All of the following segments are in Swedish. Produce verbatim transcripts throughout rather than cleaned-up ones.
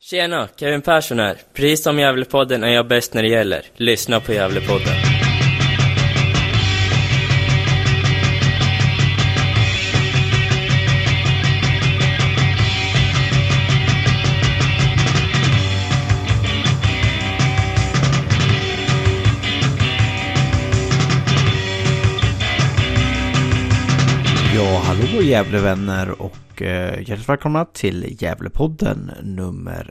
Tjena, Kevin Persson här. Precis som Gävlepodden är jag bäst när det gäller. Lyssna på Gävlepodden. Ja, hallå Gävlevänner och eh, hjärtligt välkomna till Gävlepodden nummer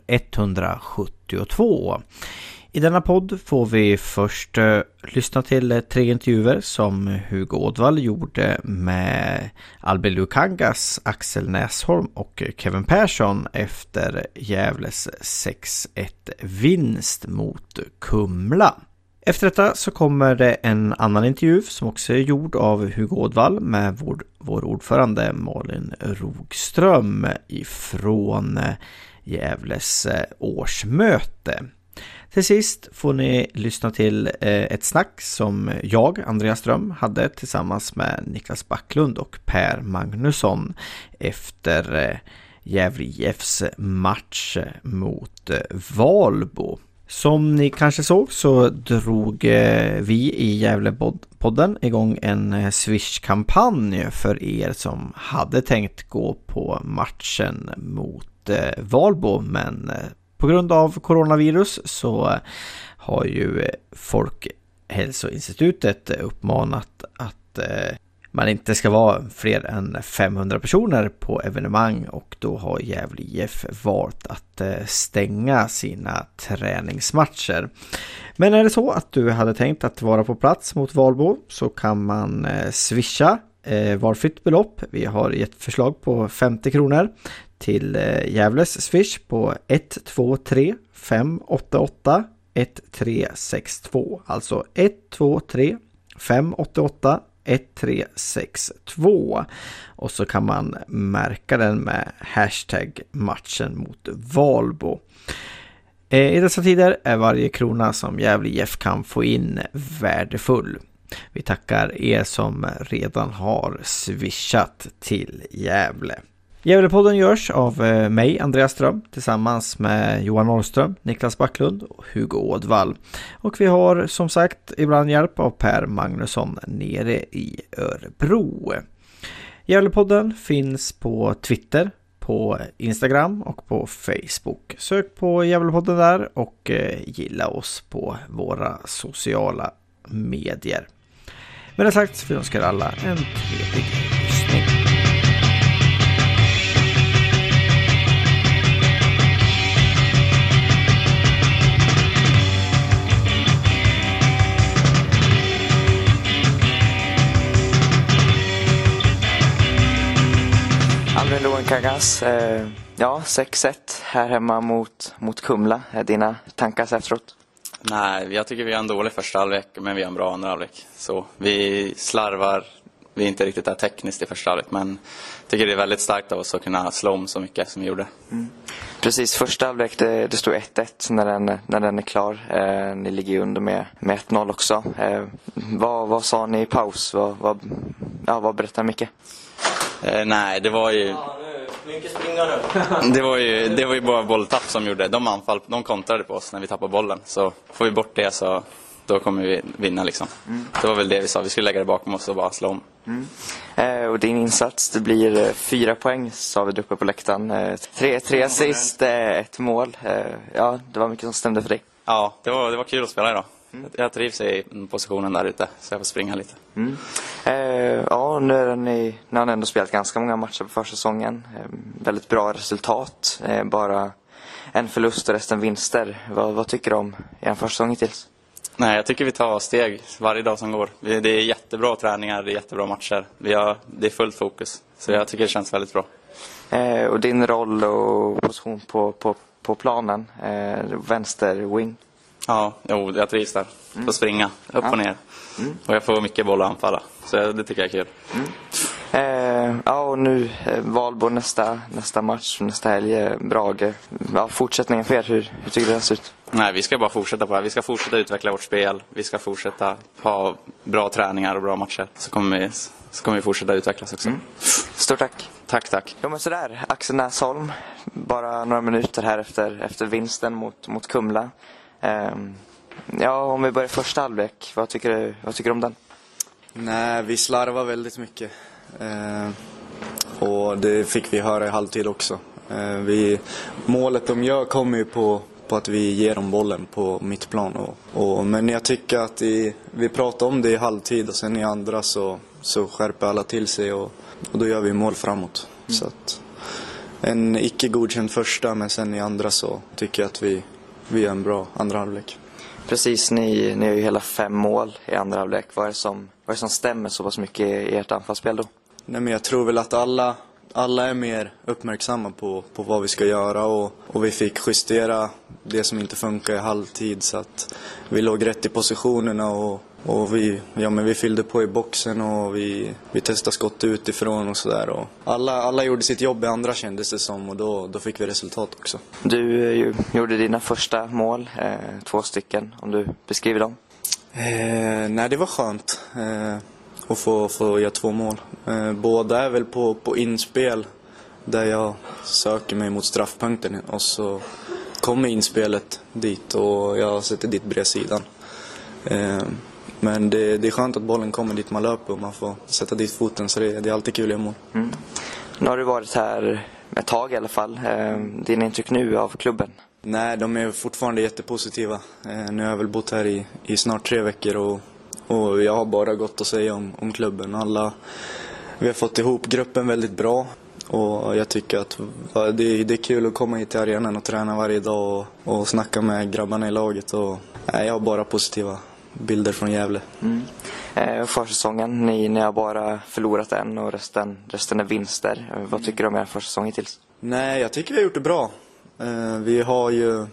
etthundrasjuttiotvå. I denna podd får vi först eh, lyssna till eh, tre intervjuer som Hugo Ådvall gjorde med Albin Lukangas, Axel Näsholm och Kevin Persson efter Gävles sex ett vinst mot Kumla. Efter detta så kommer det en annan intervju som också är gjord av Hugo Ådvall med vår, vår ordförande Malin Rogström ifrån Gävles årsmöte. Till sist får ni lyssna till ett snack som jag, Andreas Ström, hade tillsammans med Niklas Backlund och Per Magnusson efter Gävle I F:s match mot Valbo. Som ni kanske såg så drog vi i Gävlepodden igång en Swish-kampanj för er som hade tänkt gå på matchen mot Valbo. Men på grund av coronavirus så har ju Folkhälsoinstitutet uppmanat att man inte ska vara fler än femhundra personer på evenemang, och då har Gävle I F valt att stänga sina träningsmatcher. Men är det så att du hade tänkt att vara på plats mot Valbo så kan man swisha valfritt belopp. Vi har gett förslag på femtio kronor till Gävles swish på ett två tre fem åtta åtta ett tre sex två, alltså ett två tre fem åtta åtta ett tre sex två, och så kan man märka den med hashtag matchen mot Valbo. I dessa tider är varje krona som Gävle I F kan få in värdefull. Vi tackar er som redan har swishat till Gävle. Gävlepodden görs av mig, Andreas Ström, tillsammans med Johan Norrström, Niklas Backlund och Hugo Ådvall. Och vi har som sagt ibland hjälp av Per Magnusson nere i Örebro. Gävlepodden finns på Twitter, på Instagram och på Facebook. Sök på Gävlepodden där och gilla oss på våra sociala medier. Med det sagt så vi önskar alla en trevlig lyssning. Albin Lukangas, eh, ja, sex ett här hemma mot, mot Kumla. Är dina tankar efteråt? Nej, jag tycker vi har en dålig första halvlek, men vi har en bra andra halvlek. Så vi slarvar, vi är inte riktigt där tekniskt i första halvlek, men jag tycker det är väldigt starkt av oss att kunna slå om så mycket som vi gjorde. Mm. Precis, första halvlek det, det står ett ett när den, när den är klar. Eh, ni ligger under med, med ett noll också. Eh, vad, vad sa ni i paus? Vad, vad, ja, vad berättar Micke? Eh, nej, det var ju... Ja, nu. Mycket springa nu. det, var ju, det var ju bara bolltapp som gjorde. De anfall, de kontrade på oss när vi tappade bollen. Så får vi bort det så då kommer vi vinna liksom. Mm. Det var väl det vi sa. Vi skulle lägga det bakom oss och bara slå om. Mm. Eh, och din insats, det blir eh, fyra poäng, sa vi uppe på läktaren. Eh, tre tre assist, eh, ett mål. Eh, ja, det var mycket som stämde för dig. Ja, det var, det var kul att spela idag. Mm. Jag trivs i positionen där ute, så jag får springa lite. Mm. Eh, ja, nu är ni, ni har ändå spelat ganska många matcher på försäsongen. Eh, väldigt bra resultat. Eh, bara en förlust och resten vinster. Vad, vad tycker du om er försäsong hittills? Nej, jag tycker vi tar steg varje dag som går. Det är jättebra träningar, det är jättebra matcher. Vi har, det är fullt fokus, så jag tycker det känns väldigt bra. Eh, och din roll och position på, på, på planen, eh, vänster wing? Ja, jo, jag trivs där. Mm. Får springa upp ja. och ner. Mm. Och jag får mycket boll att anfalla. Så det tycker jag är kul. Mm. Eh, ja, och nu eh, Valbo nästa, nästa match, nästa helg, eh, Brage. Ja, fortsättningen för er, hur, hur tycker du det ser ut? Nej, vi ska bara fortsätta på det. Vi ska fortsätta utveckla vårt spel. Vi ska fortsätta ha bra träningar och bra matcher. Så kommer vi, så kommer vi fortsätta utvecklas också. Mm. Stort tack. Tack, tack. Ja men sådär, Axel Näsholm, bara några minuter här efter, efter vinsten mot, mot Kumla. Um, ja, om vi börjar första halvlek, vad tycker du, vad tycker du om den? Nej, vi slarvar väldigt mycket. Eh, och det fick vi höra i halvtid också. Eh, vi, målet de gör kommer ju på, på att vi ger dem bollen på mittplan. Och, och, men jag tycker att i, vi pratar om det i halvtid och sen i andra så, så skärper alla till sig och, och då gör vi mål framåt. Mm. Så att, en icke godkänd första, men sen i andra så tycker jag att vi, vi gör en bra andra halvlek. Precis, ni, ni har ju hela fem mål i andra halvlek. Vad är det som, vad är det som stämmer så pass mycket i ert anfallsspel då? Nej, men jag tror väl att alla, alla är mer uppmärksamma på, på vad vi ska göra och, och vi fick justera det som inte funkar i halvtid så att vi låg rätt i positionerna och, och vi, ja, men vi fyllde på i boxen och vi, vi testade skott utifrån och sådär. Alla, alla gjorde sitt jobb i andra kändes det som och då, då fick vi resultat också. Du eh, ju, gjorde dina första mål, eh, två stycken, om du beskriver dem. Eh, nej, det var skönt eh, att få, få göra två mål. Eh, båda är väl på, på inspel där jag söker mig mot straffpunkten och så kommer inspelet dit och jag sätter dit bredsidan. Eh, men det, det är skönt att bollen kommer dit man löper och man får sätta dit foten så det, det är alltid kul att göra mål. Mm. Nu har du varit här ett tag i alla fall. Eh, din intryck nu av klubben? Nej, de är fortfarande jättepositiva. Eh, nu har jag väl bott här i, i snart tre veckor och, och jag har bara gott att säga om, om klubben. Alla, vi har fått ihop gruppen väldigt bra och jag tycker att det, det är kul att komma hit till arenan och träna varje dag och, och snacka med grabbarna i laget. Och, nej, jag har bara positiva bilder från Gävle. Mm. Eh, försäsongen, ni, ni har bara förlorat en och resten, resten är vinster. Eh, vad tycker du om er försäsong hittills? Nej, jag tycker vi har gjort det bra. Eh, vi har ju,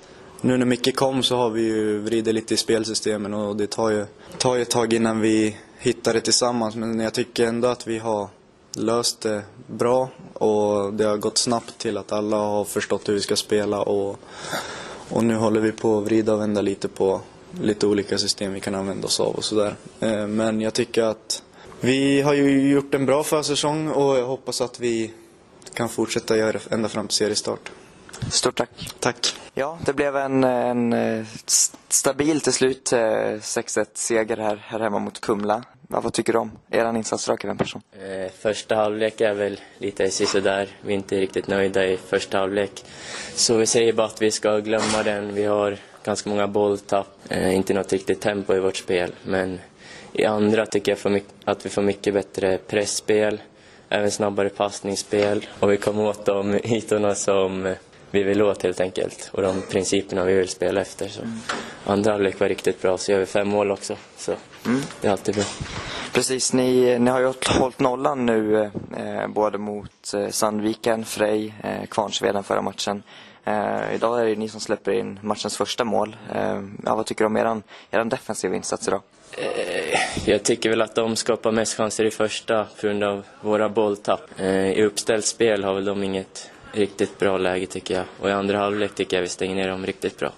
nu när Micke kom så har vi ju vridit lite i spelsystemen och det tar ju, tar ju ett tag innan vi hittar det tillsammans. Men jag tycker ändå att vi har löst det bra och det har gått snabbt till att alla har förstått hur vi ska spela och, och nu håller vi på att vrida och vända lite på lite olika system vi kan använda oss av och sådär. Men jag tycker att vi har ju gjort en bra försäsong och jag hoppas att vi kan fortsätta göra det ända fram till seriestart. Stort tack. Tack. Ja, det blev en, en stabil till slut sex ett seger här, här hemma mot Kumla. Ja, vad tycker du om er insats då, Kevin Persson? Eh, första halvlek är väl lite sådär. Vi är inte riktigt nöjda i första halvlek. Så vi säger bara att vi ska glömma den. Vi har ganska många bolltapp. Eh, inte något riktigt tempo i vårt spel. Men i andra tycker jag får mycket, att vi får mycket bättre pressspel. Även snabbare passningsspel. Och vi kommer åt de ytorna som vi vill åt helt enkelt. Och de principerna vi vill spela efter. Så. Mm. Andra halvlek var riktigt bra. Så gör vi fem mål också. Så mm. det är alltid bra. Precis, ni, ni har ju hållit nollan nu. Eh, både mot eh, Sandviken, Frej, eh, Kvarnsveden förra matchen. Eh, idag är det ni som släpper in matchens första mål. Eh, ja, vad tycker du om eran, eran defensiva insats idag? Eh, jag tycker väl att de skapar mest chanser i första på grund av våra bolltapp. Eh, I uppställt spel har väl de inget riktigt bra läge tycker jag. Och i andra halvlek tycker jag vi stänger ner dem riktigt bra.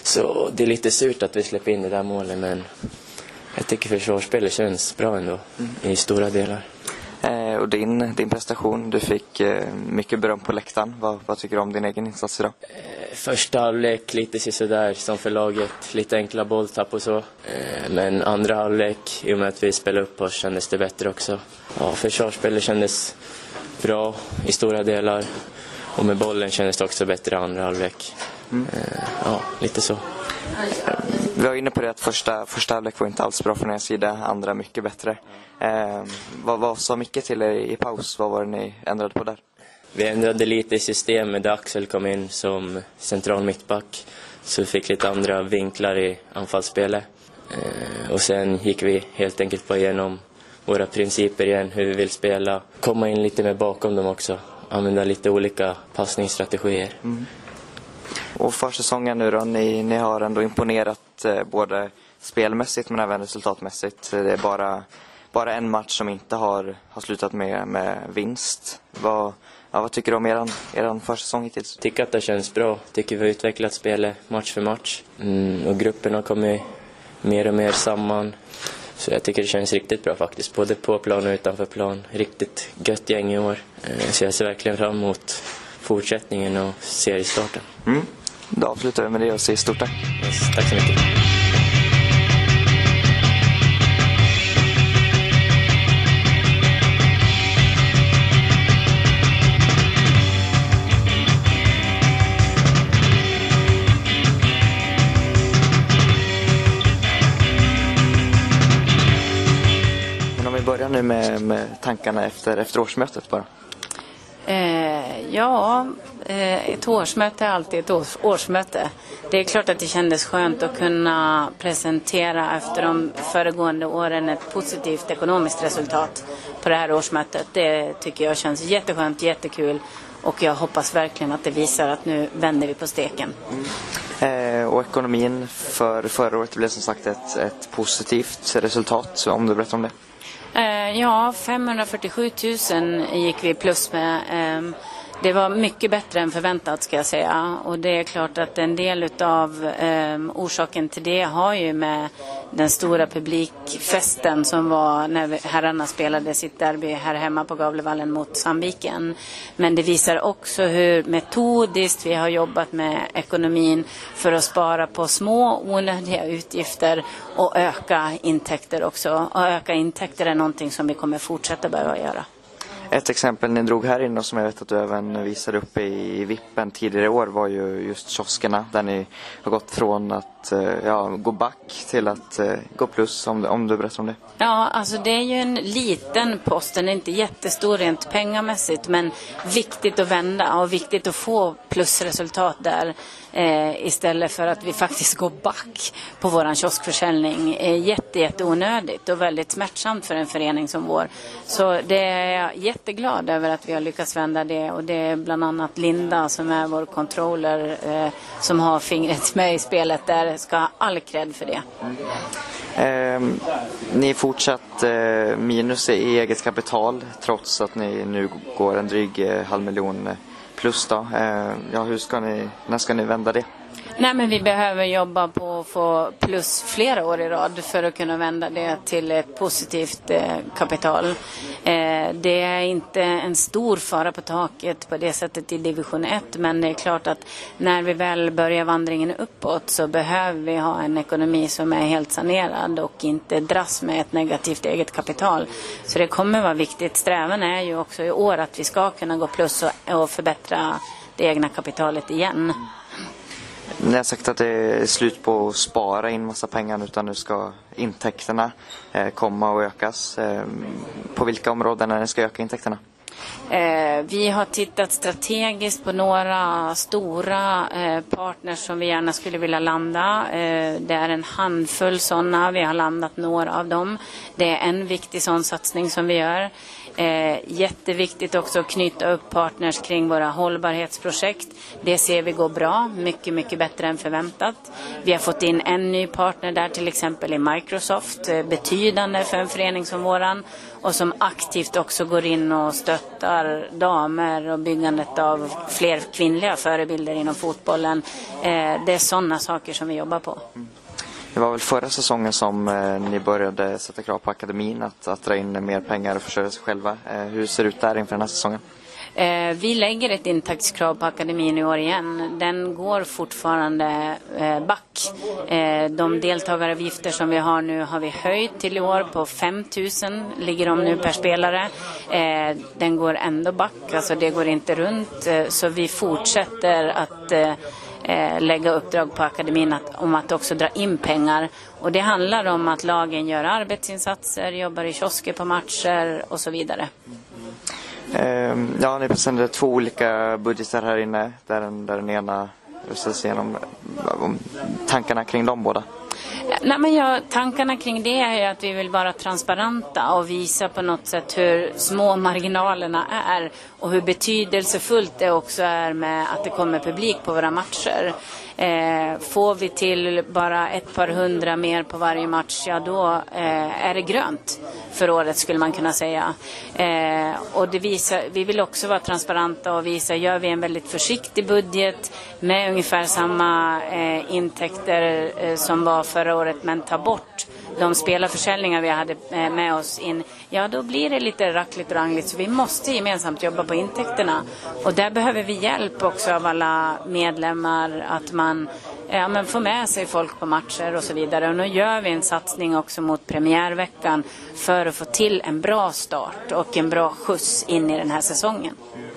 Så det är lite surt att vi släpper in det där målet, men jag tycker försvarsspelet känns bra ändå mm. i stora delar. Eh, och din, din prestation, du fick eh, mycket beröm på läktaren. Vad, vad tycker du om din egen insats idag? Eh, första halvlek lite sådär som för laget, lite enkla bolltapp och så. Eh, men andra halvlek, i och med att vi spelade upp oss, kändes det bättre också. Ja, försvarsspelet kändes bra i stora delar. Och med bollen kändes det också bättre i andra halvlek. Mm. Eh, ja, lite så. Vi var inne på det att första, första halvlek var inte alls bra från er sida, andra mycket bättre. Eh, vad, vad sa Micke till er i paus? Vad var det ni ändrade på där? Vi ändrade lite i systemet där Axel kom in som central mittback. Så vi fick lite andra vinklar i anfallsspelet. Eh, och sen gick vi helt enkelt bara igenom våra principer igen, hur vi vill spela. Komma in lite mer bakom dem också. Använda lite olika passningsstrategier. Mm. Och för säsongen nu då, ni, ni har ändå imponerat eh, både spelmässigt men även resultatmässigt. Det är bara, bara en match som inte har, har slutat med, med vinst. Vad, ja, vad tycker du om eran, eran försäsong hittills? Tycker att det känns bra. Tycker vi har utvecklat spelet match för match. Mm, och gruppen har kommit mer och mer samman. Så jag tycker det känns riktigt bra faktiskt, både på plan och utanför plan. Riktigt gött gäng i år. Så jag ser verkligen fram emot fortsättningen och seriestarten. Mm. Då avslutar vi med det och säger stort tack. Yes, tack så mycket. Börja nu med, med tankarna efter, efter årsmötet bara. Eh, ja, eh, ett årsmöte är alltid ett års, årsmöte. Det är klart att det kändes skönt att kunna presentera efter de föregående åren ett positivt ekonomiskt resultat på det här årsmötet. Det tycker jag känns jätteskönt, jättekul, och jag hoppas verkligen att det visar att nu vänder vi på steken. Mm. Eh, och ekonomin för förra året blev som sagt ett, ett positivt resultat, så om du berättar om det. Ja, femhundrafyrtiosju tusen gick vi plus med. Det var mycket bättre än förväntat, ska jag säga. Och det är klart att en del av orsaken till det har ju med den stora publikfesten som var när herrarna spelade sitt derby här hemma på Gavlevallen mot Sandviken. Men det visar också hur metodiskt vi har jobbat med ekonomin för att spara på små onödiga utgifter och öka intäkter också. Och öka intäkter är någonting som vi kommer fortsätta behöva göra. Ett exempel ni drog här inne som jag vet att du även visade upp i Vippen tidigare i år var ju just kioskerna, där ni har gått från att ja, gå back till att uh, gå plus, om, om du berättar om det. Ja, alltså det är ju en liten post, den är inte jättestor rent pengamässigt, men viktigt att vända och viktigt att få plusresultat där eh, istället för att vi faktiskt går back på våran kioskförsäljning. Är jätte, jätte onödigt och väldigt smärtsamt för en förening som vår. Så det är jag jätteglad över att vi har lyckats vända det, och det är bland annat Linda som är vår controller eh, som har fingret med i spelet där, ska ha all cred för det. Mm. Eh, ni är fortsatt eh, minus i eget kapital trots att ni nu går en dryg eh, halv miljon plus då. Eh, ja, hur ska ni, när ska ni vända det? Nej, men vi behöver jobba på att få plus flera år i rad för att kunna vända det till ett positivt eh, kapital. Eh, det är inte en stor fara på taket på det sättet i division ett, men det är klart att när vi väl börjar vandringen uppåt så behöver vi ha en ekonomi som är helt sanerad och inte dras med ett negativt eget kapital. Så det kommer vara viktigt. Strävan är ju också i år att vi ska kunna gå plus och, och förbättra det egna kapitalet igen. Ni har sagt att det är slut på att spara in massa pengar, utan nu ska intäkterna eh, komma och ökas. Eh, på vilka områden är det ska öka intäkterna? Eh, vi har tittat strategiskt på några stora eh, partners som vi gärna skulle vilja landa. Eh, det är en handfull sådana, vi har landat några av dem. Det är en viktig sån satsning som vi gör. Eh, jätteviktigt också att knyta upp partners kring våra hållbarhetsprojekt. Det ser vi går bra, mycket mycket bättre än förväntat. Vi har fått in en ny partner där, till exempel i Microsoft, eh, betydande för en förening som våran, och som aktivt också går in och stöttar damer och byggandet av fler kvinnliga förebilder inom fotbollen. Eh, det är sådana saker som vi jobbar på. Mm. Det var väl förra säsongen som eh, ni började sätta krav på akademin att, att dra in mer pengar och försörja sig själva. Eh, hur ser det ut där inför den här säsongen? Eh, vi lägger ett intäktskrav på akademin i år igen. Den går fortfarande eh, back. Eh, de deltagaravgifter som vi har nu har vi höjt till i år på fem tusen. Ligger de nu per spelare. Eh, den går ändå back. Alltså det går inte runt. Eh, så vi fortsätter att eh, lägga uppdrag på akademin att, om att också dra in pengar. Och det handlar om att lagen gör arbetsinsatser, jobbar i kiosker på matcher och så vidare. Ja, ni presenterade två olika budgetar här inne, där den, där den ena röstas igenom. Tankarna kring dem båda? Nej, men ja, tankarna kring det är ju att vi vill vara transparenta och visa på något sätt hur små marginalerna är och hur betydelsefullt det också är med att det kommer publik på våra matcher. Eh, får vi till bara ett par hundra mer på varje match, ja då eh, är det grönt för året, skulle man kunna säga. Eh, och det visar, vi vill också vara transparenta och visa, gör vi en väldigt försiktig budget med ungefär samma eh, intäkter eh, som var förra året, men ta bort de spelarförsäljningar vi hade med oss in, ja då blir det lite rackligt och rangligt, så vi måste gemensamt jobba på intäkterna. Och där behöver vi hjälp också av alla medlemmar, att man ja, men får med sig folk på matcher och så vidare. Och nu gör vi en satsning också mot premiärveckan för att få till en bra start och en bra skjuts in i den här säsongen.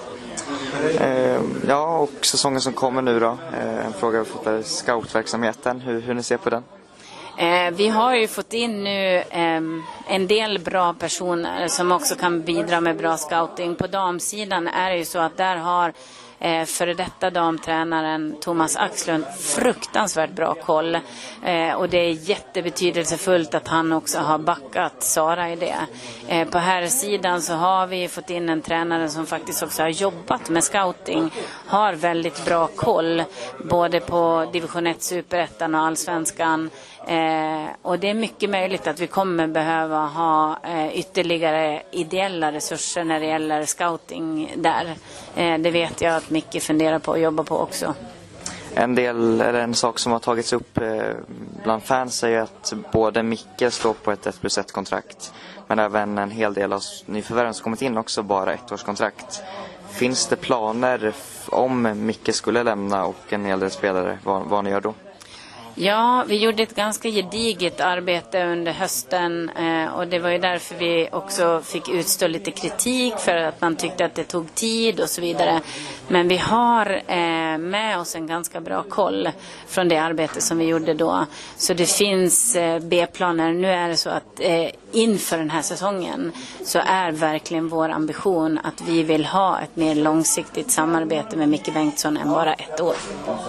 Eh, ja, och säsongen som kommer nu då, eh, en fråga för scoutverksamheten, hur, hur ni ser på den? Eh, vi har ju fått in nu eh, en del bra personer som också kan bidra med bra scouting. På damsidan är det ju så att där har eh, före detta damtränaren Thomas Axlund fruktansvärt bra koll. Eh, och det är jättebetydelsefullt att han också har backat Sara i det. Eh, på här sidan så har vi fått in en tränare som faktiskt också har jobbat med scouting. Har väldigt bra koll både på division ett, superettan och allsvenskan. Eh, och det är mycket möjligt att vi kommer behöva ha eh, ytterligare ideella resurser när det gäller scouting där. Eh, det vet jag att Micke funderar på att jobba på också. En del, eller en sak som har tagits upp eh, bland fans är ju att både Micke står på ett ett plus ett kontrakt, men även en hel del av nyförvärven som kommit in också bara ett års kontrakt. Finns det planer om Micke skulle lämna och en hel del spelare, vad, vad ni gör då? Ja, vi gjorde ett ganska gediget arbete under hösten eh, och det var ju därför vi också fick utstå lite kritik för att man tyckte att det tog tid och så vidare. Men vi har eh, med oss en ganska bra koll från det arbete som vi gjorde då. Så det finns eh, B-planer. Nu är det så att eh, inför den här säsongen så är verkligen vår ambition att vi vill ha ett mer långsiktigt samarbete med Micke Bengtsson än bara ett år.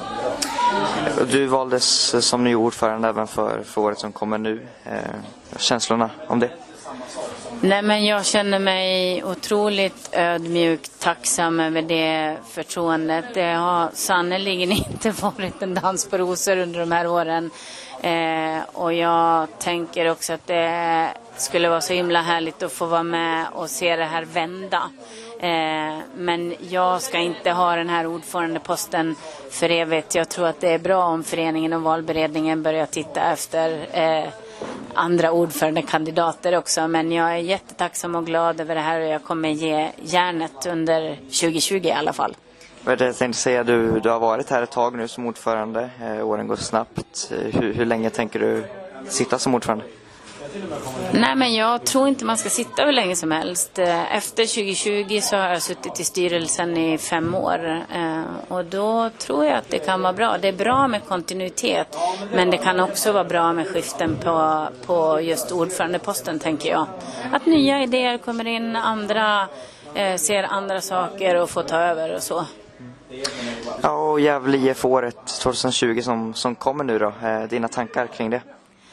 Du valdes som ny ordförande även för, för året som kommer nu. Eh, känslorna om det? Nej, men jag känner mig otroligt ödmjukt tacksam över det förtroendet. Det har sannoliken inte varit en dans på rosor under de här åren. Eh, och jag tänker också att det skulle vara så himla härligt att få vara med och se det här vända. Eh, men jag ska inte ha den här ordförandeposten för evigt. Jag tror att det är bra om föreningen och valberedningen börjar titta efter eh, andra ordförandekandidater också. Men jag är jättetacksam och glad över det här och jag kommer ge järnet under tjugo tjugo i alla fall. Jag tänkte säga, du, du har varit här ett tag nu som ordförande. Eh, åren går snabbt. Eh, hur, hur länge tänker du sitta som ordförande? Nej, men jag tror inte man ska sitta hur länge som helst. Efter tjugo tjugo så har jag suttit i styrelsen i fem år. Och då tror jag att det kan vara bra. Det är bra med kontinuitet. Men det kan också vara bra med skiften på, på just ordförandeposten, tänker jag. Att nya idéer kommer in, andra eh, ser andra saker och får ta över och så. Ja, och Gävle I F året tjugo som, som kommer nu då. Eh, dina tankar kring det?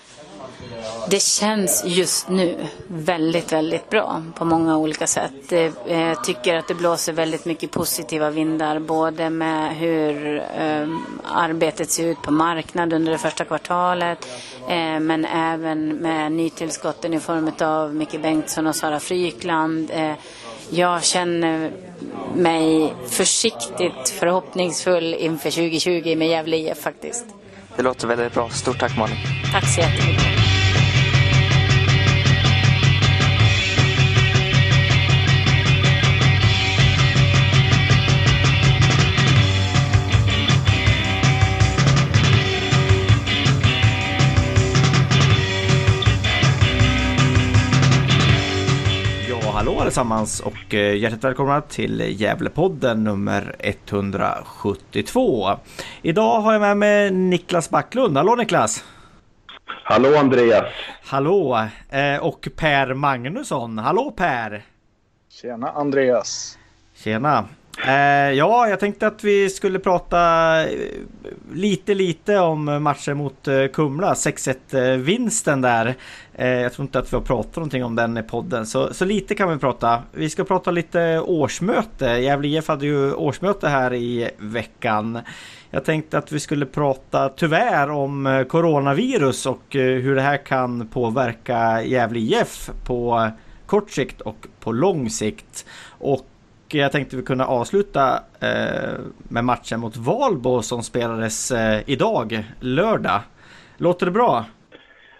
Det känns just nu väldigt, väldigt bra på många olika sätt. Jag tycker att det blåser väldigt mycket positiva vindar, både med hur eh, arbetet ser ut på marknaden under det första kvartalet, eh, men även med nytillskotten i form av Micke Bengtsson och Sara Frykland. Eh, jag känner mig försiktigt förhoppningsfull inför tjugo tjugo med Gävle I F faktiskt. Det låter väldigt bra. Stort tack, Malin. Tack så jättemycket. Hallå allesammans och hjärtligt välkomna till Gävlepodden nummer etthundrasjuttiotvå. Idag har jag med mig Niklas Backlund. Hallå Niklas! Hallå Andreas! Hallå! Och Per Magnusson. Hallå Per! Tjena Andreas! Tjena! Ja, jag tänkte att vi skulle prata lite lite om matchen mot Kumla, sex ett vinsten där. Jag tror inte att vi har pratat någonting om den i podden, så, så lite kan vi prata. Vi ska prata lite årsmöte. Gävle I F hade ju årsmöte här i veckan. Jag tänkte att vi skulle prata tyvärr om coronavirus och hur det här kan påverka Gävle I F på kort sikt och på lång sikt. Och jag tänkte vi kunna avsluta eh, med matchen mot Valbo som spelades eh, idag, lördag. Låter det bra?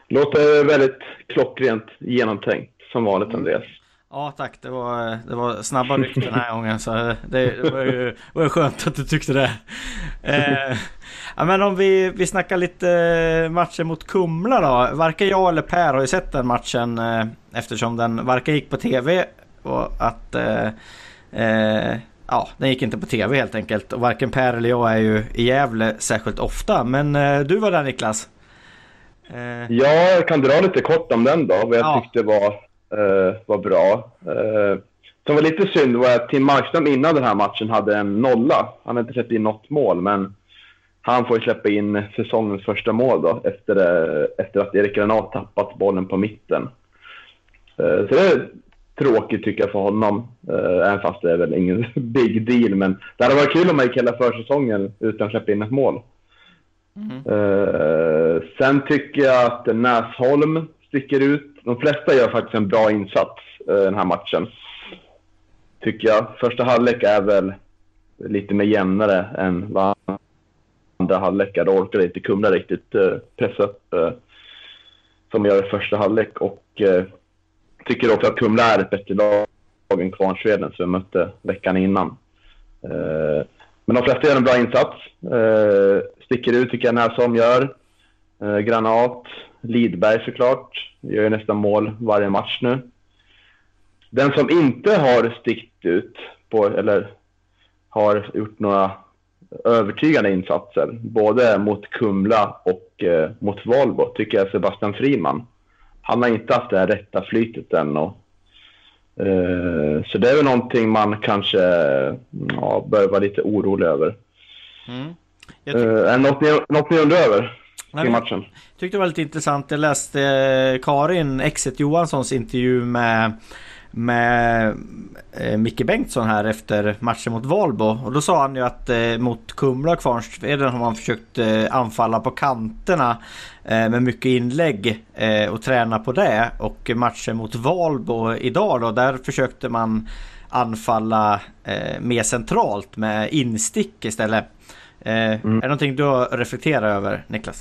Låter väldigt klockrent genomtänkt, som vanligt, Andreas. Ja, tack. Det var, det var snabba rykten den här gången, så det, det var ju var ju skönt att du tyckte det. Eh, ja, men om vi, vi snackar lite matchen mot Kumla då. Varken jag eller Per har ju sett den matchen eh, eftersom den varken gick på tv och att eh, eh, ja, den gick inte på tv helt enkelt. Och varken Per eller jag är ju i Gävle särskilt ofta. Men eh, du var där, Niklas. Eh. Jag kan dra lite kort om den då. Vad jag ja. tyckte var Uh, var bra. Uh, som var lite synd var att Tim Markström innan den här matchen hade en nolla. Han hade inte släppt in något mål, men han får ju släppa in säsongens första mål då, efter, uh, efter att Erik Granat tappat bollen på mitten. Uh, så det är tråkigt tycker jag för honom, uh, även fast det är väl ingen big deal, men det hade varit kul om man gick hela försäsongen utan att släppa in ett mål. Mm. Uh, sen tycker jag att Näsholm sticker ut. De flesta gör faktiskt en bra insats uh, den här matchen, tycker jag. Första halvlek är väl lite mer jämnare än vad andra halvlekar. Då orkar inte Kumla riktigt uh, pressa upp uh, som gör i första halvlek. Och uh, tycker också att Kumla är ett bättre lag än Kvarnsveden som vi mötte veckan innan. Uh, men de flesta gör en bra insats. Uh, sticker ut tycker jag Näsholm gör. Uh, Granat, Lidberg såklart. Gör ju nästan mål varje match nu. Den som inte har stickt ut på, eller har gjort några övertygande insatser både mot Kumla och eh, mot Valbo tycker jag är Sebastian Friman. Han har inte haft det här rätta flytet än. Och, eh, så det är väl någonting man kanske ja, bör vara lite orolig över. Mm. Eh, är något ni, något ni undrar över? I matchen. Jag tyckte det var lite intressant. Jag läste Karin Exet Johanssons intervju med, med eh, Micke Bengtsson här efter matchen mot Valbo. Och då sa han ju att eh, mot Kumla och Kvarnsveden har man försökt eh, anfalla på kanterna eh, med mycket inlägg eh, och träna på det. Och matchen mot Valbo idag då, där försökte man anfalla eh, mer centralt med instick istället. Eh, mm. Är det någonting du har reflekterat över, Niklas?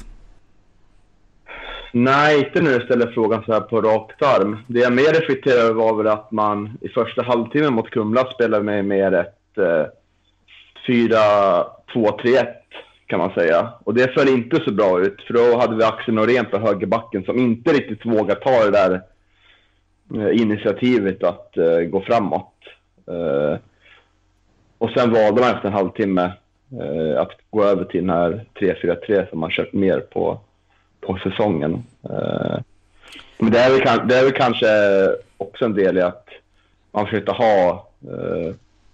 Nej, inte nu ställer frågan så här på rakt arm. Det jag mer reflekterar över var väl att man i första halvtimmen mot Kumla spelade med mer ett eh, fyra två tre ett kan man säga. Och det föll inte så bra ut, för då hade vi Axel Norén på högerbacken som inte riktigt vågade ta det där eh, initiativet att eh, gå framåt. Eh, och sen valde man efter en halvtimme eh, att gå över till den här tre fyra tre som man kört mer på på säsongen. Uh, men det är, väl, det är väl kanske också en del i att man försökte ha uh,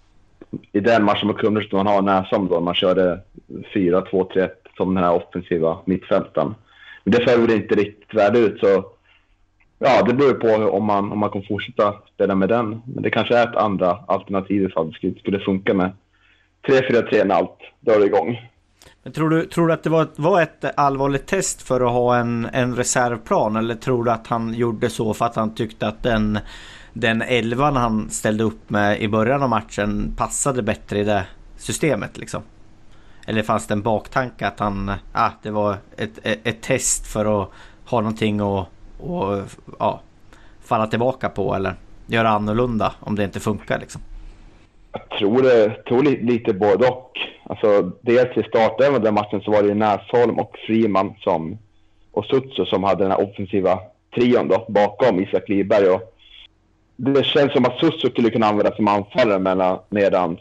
i den matchen med Kumla man har Näsholm då, man körde fyra två tre ett som den här offensiva mittfälten. Men det föll inte riktigt värde ut, så ja, det beror på om man, om man kan fortsätta spela med den. Men det kanske är ett andra alternativ ifall det skulle, skulle funka med tre fyra tre när allt dör igång. Men tror du, tror du att det var, var ett allvarligt test för att ha en, en reservplan, eller tror du att han gjorde så för att han tyckte att den, den elvan han ställde upp med i början av matchen passade bättre i det systemet liksom? Eller fanns det en baktanke att han, ah, det var ett, ett, ett test för att ha någonting att och, ja, falla tillbaka på eller göra annorlunda om det inte funkar liksom? Jag tror det tror lite både och. Alltså, dels i starten av den matchen så var det ju Näsholm och Friman som, och Sutsu som hade den här offensiva trion då, bakom Isak Lidberg. Och det känns som att Sutsu skulle kunna användas som anfallare mellan, medans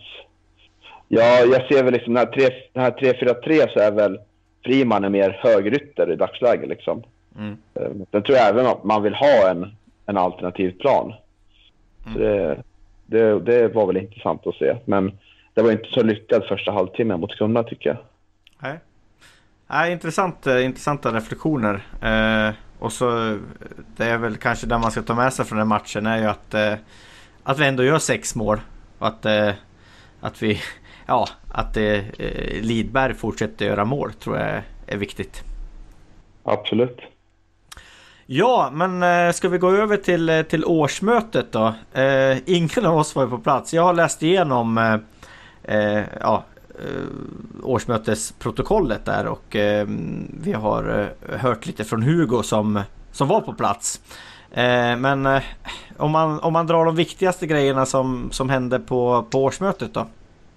ja, jag ser väl liksom den här tre fyra tre så är väl Friman är mer högrytter i dagsläget liksom. Mm. Den tror jag även att man vill ha en, en alternativ plan. Mm. Så det, det, det var väl intressant att se, men det var inte så lyckat första halvtimmen mot Kumla tycker jag. Nej. Nej, intressant, intressanta reflektioner. Eh, och så det är väl kanske där man ska ta med sig från den matchen är ju att, eh, att vi ändå gör sex mål. Och att, eh, att vi ja, att eh, Lidberg fortsätter göra mål tror jag är viktigt. Absolut. Ja, men eh, ska vi gå över till, till årsmötet då? Eh, ingen av oss var på plats. Jag har läst igenom eh, Eh, ja, eh, årsmötesprotokollet där och eh, vi har eh, hört lite från Hugo som som var på plats. Eh, men eh, om, man, om man drar de viktigaste grejerna som, som hände på, på årsmötet då?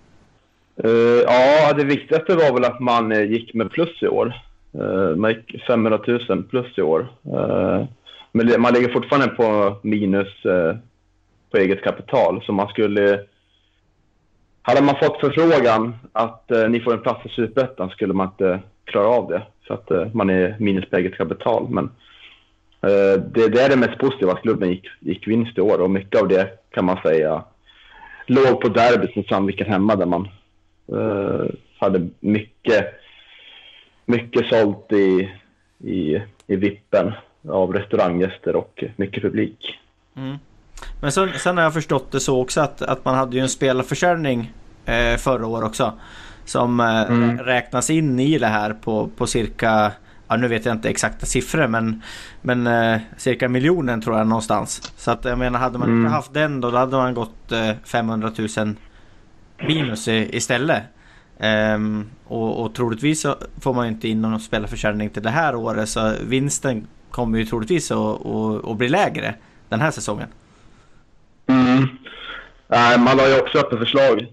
Uh, ja, det viktigaste var väl att man uh, gick med plus i år. Uh, man gick femhundratusen plus i år. Uh, men man ligger fortfarande på minus uh, på eget kapital. Så man skulle... Hade man fått förfrågan att uh, ni får en plats i Superettan skulle man inte klara av det. Så att uh, man är minus på eget kapital. Men uh, det, det är det mest positiva att klubben gick, gick vinst i år. Och mycket av det kan man säga låg på derbyt mot Sandviken hemma där man Uh, hade mycket mycket sålt i, i, i vippen av restauranggäster och mycket publik. Mm. Men sen, sen har jag förstått det så också att, att man hade ju en spelarförsäljning eh, förra år också som eh, mm. räknas in i det här på, på cirka, ja, nu vet jag inte exakta siffror men, men eh, cirka miljonen tror jag någonstans. Så att jag menar, hade man mm. inte haft den då, då hade man gått eh, femhundratusen minus i, istället. Um, och, och troligtvis så får man inte in någon spelarförsäljning till det här året, så vinsten kommer ju troligtvis att, att, att bli lägre den här säsongen. Mm. Äh, man har ju också öppet förslag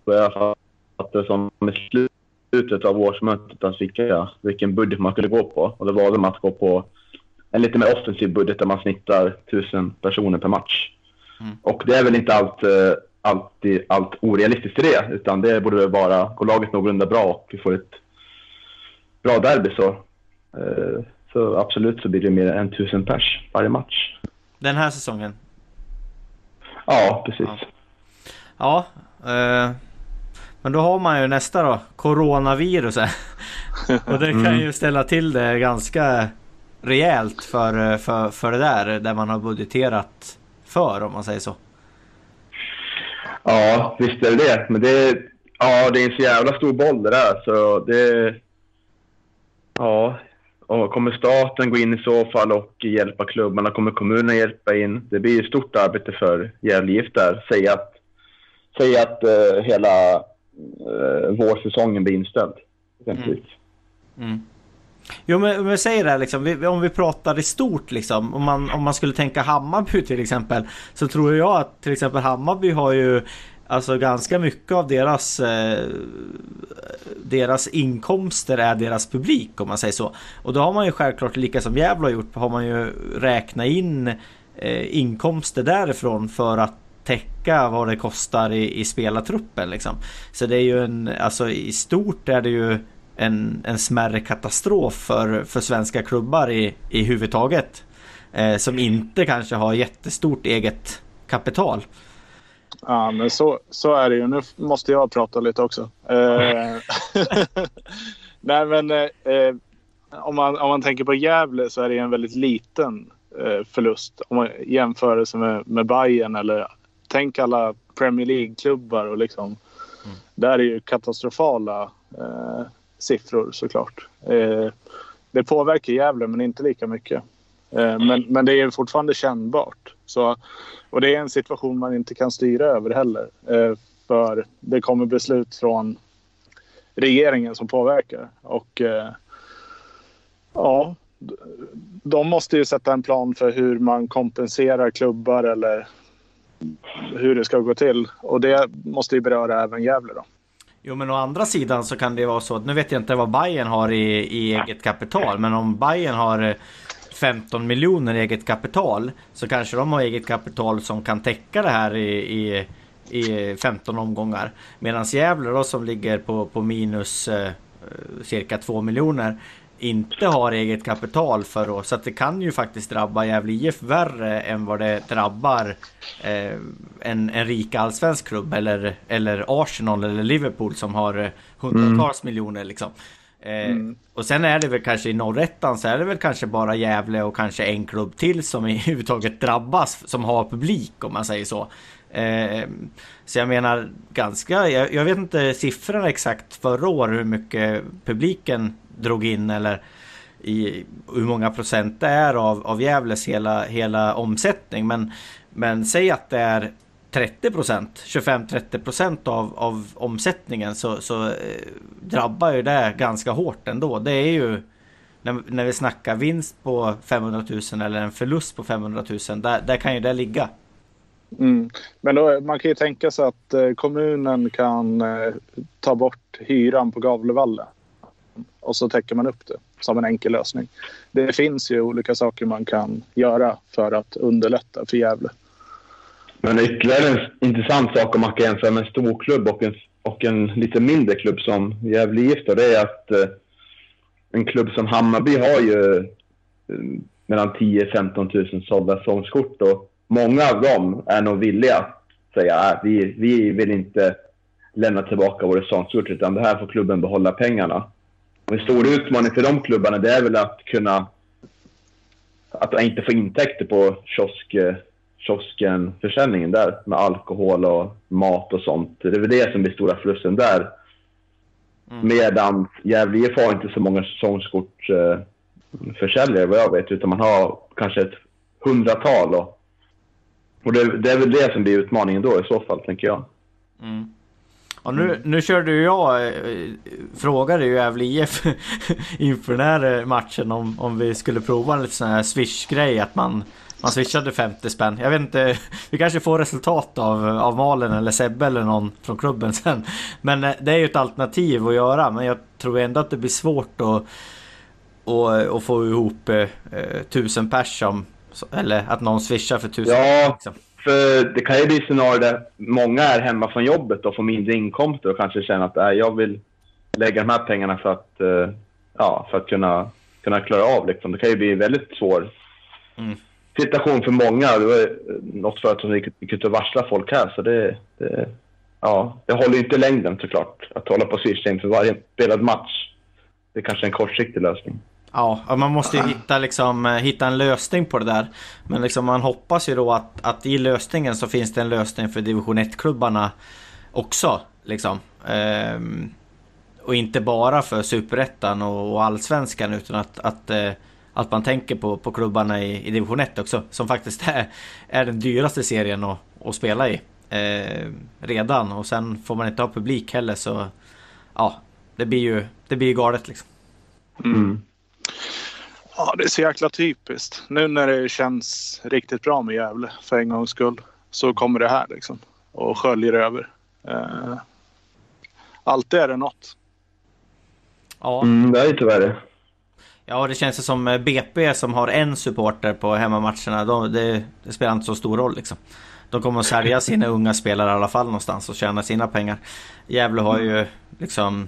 att det som i slutet av årsmötet att vilka, vilken budget man skulle gå på, och det var det att gå på en lite mer offensiv budget där man snittar tusen personer per match. Mm. Och det är väl inte allt alltid allt orealistiskt i det, utan det borde väl bara gå laget någorlunda bra och vi får ett bra derby så, eh, så absolut så blir det mer än tusen pers varje match. Den här säsongen? Ja, precis. Ja, ja eh, men då har man ju nästa då, coronaviruset. Och det kan ju ställa till det ganska rejält för, för, för det där, där man har budgeterat för, om man säger så. Ja, visst är det det. Men det, ja, det är en så jävla stor boll det där. Så det, ja, och kommer staten gå in i så fall och hjälpa klubbarna? Kommer kommunen hjälpa in? Det blir ju stort arbete för Gävle I F där. Säga att, säga att uh, hela uh, vårsäsongen blir inställd. Mm. Mm. Jo, men, men säg det här liksom, vi, om vi pratar i stort liksom, om man, om man skulle tänka Hammarby till exempel, så tror jag att till exempel Hammarby har ju alltså ganska mycket av deras eh, deras inkomster är deras publik, om man säger så. Och då har man ju självklart, lika som Gävle har gjort, har man ju räknat in eh, inkomster därifrån för att täcka vad det kostar i, i spelartruppen liksom. Så det är ju en, alltså i stort är det ju En, en smärre katastrof för, för svenska klubbar i, i huvudtaget eh, som inte kanske har jättestort eget kapital. Ja, men så, så är det ju. Nu måste jag prata lite också. Eh, nej, men eh, om, man, om man tänker på Gävle så är det en väldigt liten eh, förlust om man jämför det med, med Bayern, eller tänk alla Premier League-klubbar och liksom, mm. där är ju katastrofala eh, siffror såklart. Eh, det påverkar Gävle men inte lika mycket. Eh, men, men det är fortfarande kännbart. Så, och det är en situation man inte kan styra över heller. Eh, för det kommer beslut från regeringen som påverkar. Och eh, ja, de måste ju sätta en plan för hur man kompenserar klubbar eller hur det ska gå till. Och det måste ju beröra även Gävle då. Jo, men å andra sidan så kan det vara så att, nu vet jag inte vad Bayern har i, i eget kapital, men om Bayern har femton miljoner eget kapital så kanske de har eget kapital som kan täcka det här i, i, i femton omgångar. Medan Gävle då, som ligger på, på minus eh, cirka två miljoner, inte har eget kapital för att, så att det kan ju faktiskt drabba Gävle I F värre än vad det drabbar eh, en, en rik allsvensk klubb eller, eller Arsenal eller Liverpool som har hundratals mm. miljoner liksom. Eh, mm. Och sen är det väl kanske i norrettan så är det väl kanske bara Gävle och kanske en klubb till som i huvudtaget drabbas, som har publik, om man säger så. Eh, så jag menar ganska, jag, jag vet inte siffrorna exakt förra året hur mycket publiken drog in eller i hur många procent det är av, av Gävles hela, hela omsättning, men, men säg att det är trettio procent, tjugofem till trettio procent av, av omsättningen, så, så eh, drabbar ju det ganska hårt ändå. Det är ju när, när vi snackar vinst på femhundratusen eller en förlust på femhundratusen, där, där kan ju det ligga. Mm. Men då, man kan ju tänka sig att eh, kommunen kan eh, ta bort hyran på Gavlevallen och så täcker man upp det som en enkel lösning. Det finns ju olika saker man kan göra för att underlätta för Gävle. Men ytterligare en intressant sak om man kan jämföra med en stor klubb och en, och en lite mindre klubb som Gävle I F då, det är att eh, en klubb som Hammarby har ju eh, mellan tio till femton tusen sålda säsongskort, och många av dem är nog villiga att säga att vi, vi vill inte lämna tillbaka våra säsongskort, utan det här får klubben behålla pengarna. Och en stor utmaning för de klubbarna, det är väl att kunna att inte få intäkter på kiosk, kiosken försäljningen där med alkohol och mat och sånt. Det är väl det som blir stora förlusten där. Mm. Medan Gävle I F har inte så många säsongskort eh, försäljare vad jag vet, utan man har kanske ett hundratal, och, och det, det är väl det som blir utmaningen då i så fall, tänker jag. Mm. Och nu, nu körde ju jag äh, frågade ju Gävle I F inför den här matchen om, om vi skulle prova en lite sån här swish-grej, att man, man swishade femtio spänn. Jag vet inte, vi kanske får resultat av, av Malen eller Sebbe eller någon från klubben sen. Men äh, det är ju ett alternativ att göra, men jag tror ändå att det blir svårt att, att, att få ihop äh, tusen pers som, eller att någon swishar för tusen. Ja. Liksom. För det kan ju bli scenario där många är hemma från jobbet och får mindre inkomster och kanske känner att äh, jag vill lägga de här pengarna för att, uh, ja, för att kunna, kunna klara av. Liksom. Det kan ju bli en väldigt svår mm. situation för många. Det var något för att de gick, gick ut och varsla folk här. Så det, det, ja, det håller ju inte längden såklart att hålla på swisha inför varje spelad match. Det är kanske en kortsiktig lösning. Ja, man måste ju hitta, liksom, hitta en lösning på det där. Men liksom man hoppas ju då att, att i lösningen så finns det en lösning för division ett-klubbarna också. Liksom. Ehm, och inte bara för Superettan och, och Allsvenskan, utan att, att, att man tänker på, på klubbarna i, i division ett också. Som faktiskt är, är den dyraste serien att, att spela i ehm, redan. Och sen får man inte ha publik heller, så ja, det blir ju, det blir ju galet liksom. Mm. Ja, det är så jäkla typiskt. Nu när det känns riktigt bra med Gävle för en gångs skull, så kommer det här liksom och sköljer över. Eh, alltid är det något. Ja, mm, det är ju tyvärr det. Ja, det känns som B P som har en supporter på hemmamatcherna. De, det, det spelar inte så stor roll liksom. De kommer att sälja sina unga spelare i alla fall någonstans och tjäna sina pengar. Gävle har ju liksom...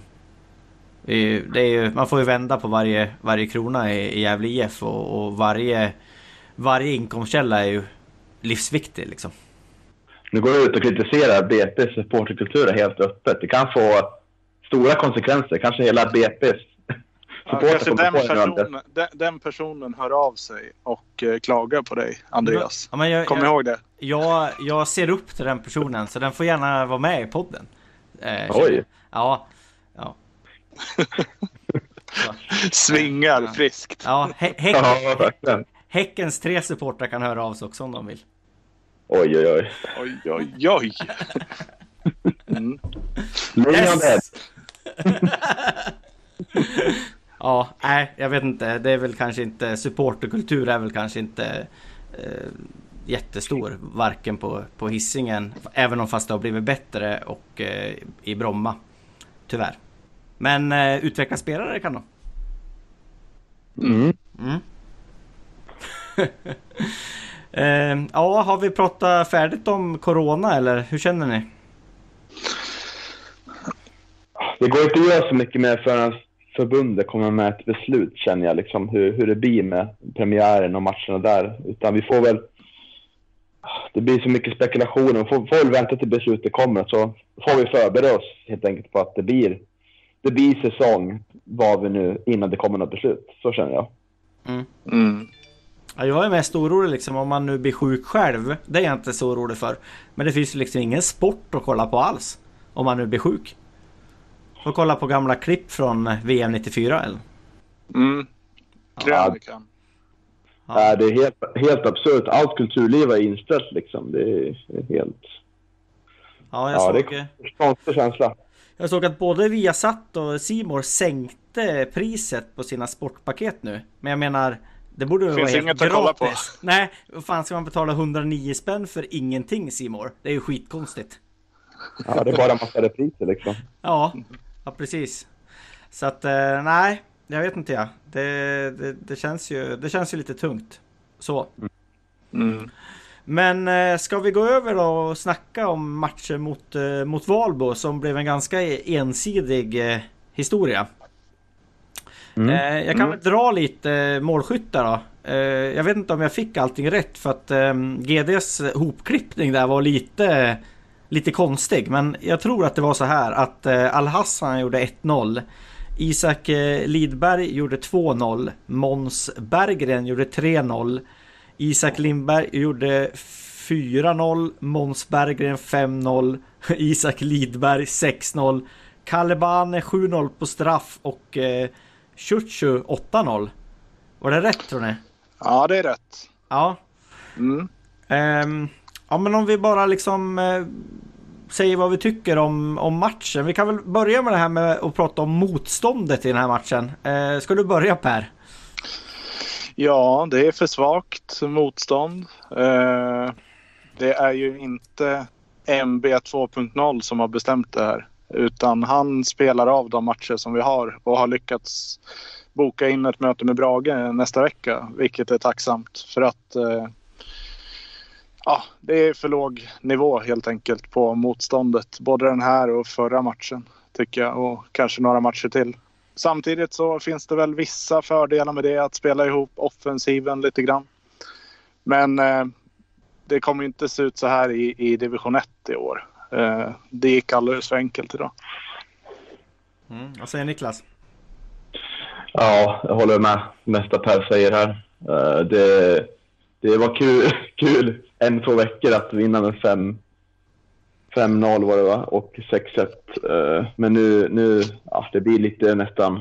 Det är ju, man får ju vända på varje, varje krona i, i Gävle I F, och, och varje, varje inkomstkälla är ju livsviktig liksom. Nu går jag ut och kritiserar B P:s supporterkultur helt öppet. Det kan få stora konsekvenser. Kanske hela B P:s ja, kanske den, person, den, den personen hör av sig och eh, klagar på dig, Andreas. Ja, men jag, Kom jag, ihåg det. Jag, jag ser upp till den personen, så den får gärna vara med i podden. Eh, Oj. Ja, ja. Svingar ja. Friskt. Ja, hä- häck- ja, Häckens tre supportrar kan höra av sig också om de vill. Oj, oj, oj. Oj, oj, oj. Mm. Yes. Ja, nej, jag vet inte. Det är väl kanske inte, supporterkultur är väl kanske inte eh, jättestor, varken på, på Hisingen, även om fast det har blivit bättre, och eh, i Bromma, tyvärr. Men eh, utveckla spelare kan de. Mm. Mm. eh, ja, har vi pratat färdigt om corona, eller hur känner ni? Det går inte att göra så mycket mer förrän förbundet kommer med ett beslut, känner jag, liksom, hur, hur det blir med premiären och matcherna där. Utan vi får väl, det blir så mycket spekulationer, vi får, får väl vänta till beslutet kommer, så får vi förbereda oss helt enkelt på att det blir det blir säsong vad vi nu innan det kommer något beslut. Så känner jag. Mm. Mm. Ja, jag är mest orolig liksom om man nu blir sjuk själv. Det är jag inte så orolig för. Men det finns liksom ingen sport att kolla på alls om man nu blir sjuk. Får kolla på gamla klipp från V M nittiofyra eller? Mm. Krönikan. Ja. Ja, det är helt, helt absurt. Allt kulturliv är inställt liksom. Det är helt... Ja, jag ja, såg... det är en konstig känsla. Jag såg att både Viasat och C More sänkte priset på sina sportpaket nu. Men jag menar, det borde vara helt inget att kolla på. Nej, vad fan ska man betala hundranio spänn för ingenting, C More? Det är ju skitkonstigt. Ja, det är bara en massa repriser liksom. Ja, ja precis. Så att, eh, nej, jag vet inte jag. Det, det, det, känns ju, det känns ju lite tungt. Så. Mm. Men eh, ska vi gå över då och snacka om matchen mot, eh, mot Valbo som blev en ganska ensidig eh, historia. Mm. Eh, jag kan mm. väl dra lite eh, målskyttar då. Eh, jag vet inte om jag fick allting rätt för att eh, G D:s hopklippning där var lite, lite konstig. Men jag tror att det var så här att eh, Al-Hassan gjorde ett noll. Isak eh, Lidberg gjorde två noll. Måns Berggren gjorde tre noll. Isak Lindberg gjorde fyra noll, Måns Berggren fem noll, Isak Lidberg sex noll, Kalebane sju noll på straff och eh, Chuchu åtta noll. Var det rätt tror ni? Ja, det är rätt. Ja. Mm. Um, ja, men om vi bara liksom eh, säger vad vi tycker om, om matchen. Vi kan väl börja med det här med att prata om motståndet i den här matchen. Eh, ska du börja, Per? Ja, det är för svagt motstånd. Eh, det är ju inte M B två punkt noll som har bestämt det här. Utan han spelar av de matcher som vi har och har lyckats boka in ett möte med Brage nästa vecka. Vilket är tacksamt för att eh, ja, det är för låg nivå helt enkelt på motståndet. Både den här och förra matchen tycker jag, och kanske några matcher till. Samtidigt så finns det väl vissa fördelar med det, att spela ihop offensiven lite grann. Men eh, det kommer inte se ut så här i, i division ett i år. Eh, det gick alldeles för enkelt idag. Mm, vad säger Niklas? Ja, jag håller med nästa Per säger här. Uh, det, det var kul, kul en, två veckor att vinna med fem fem noll var det va? Och sex ett. Uh, men nu, nu ja, det blir lite nästan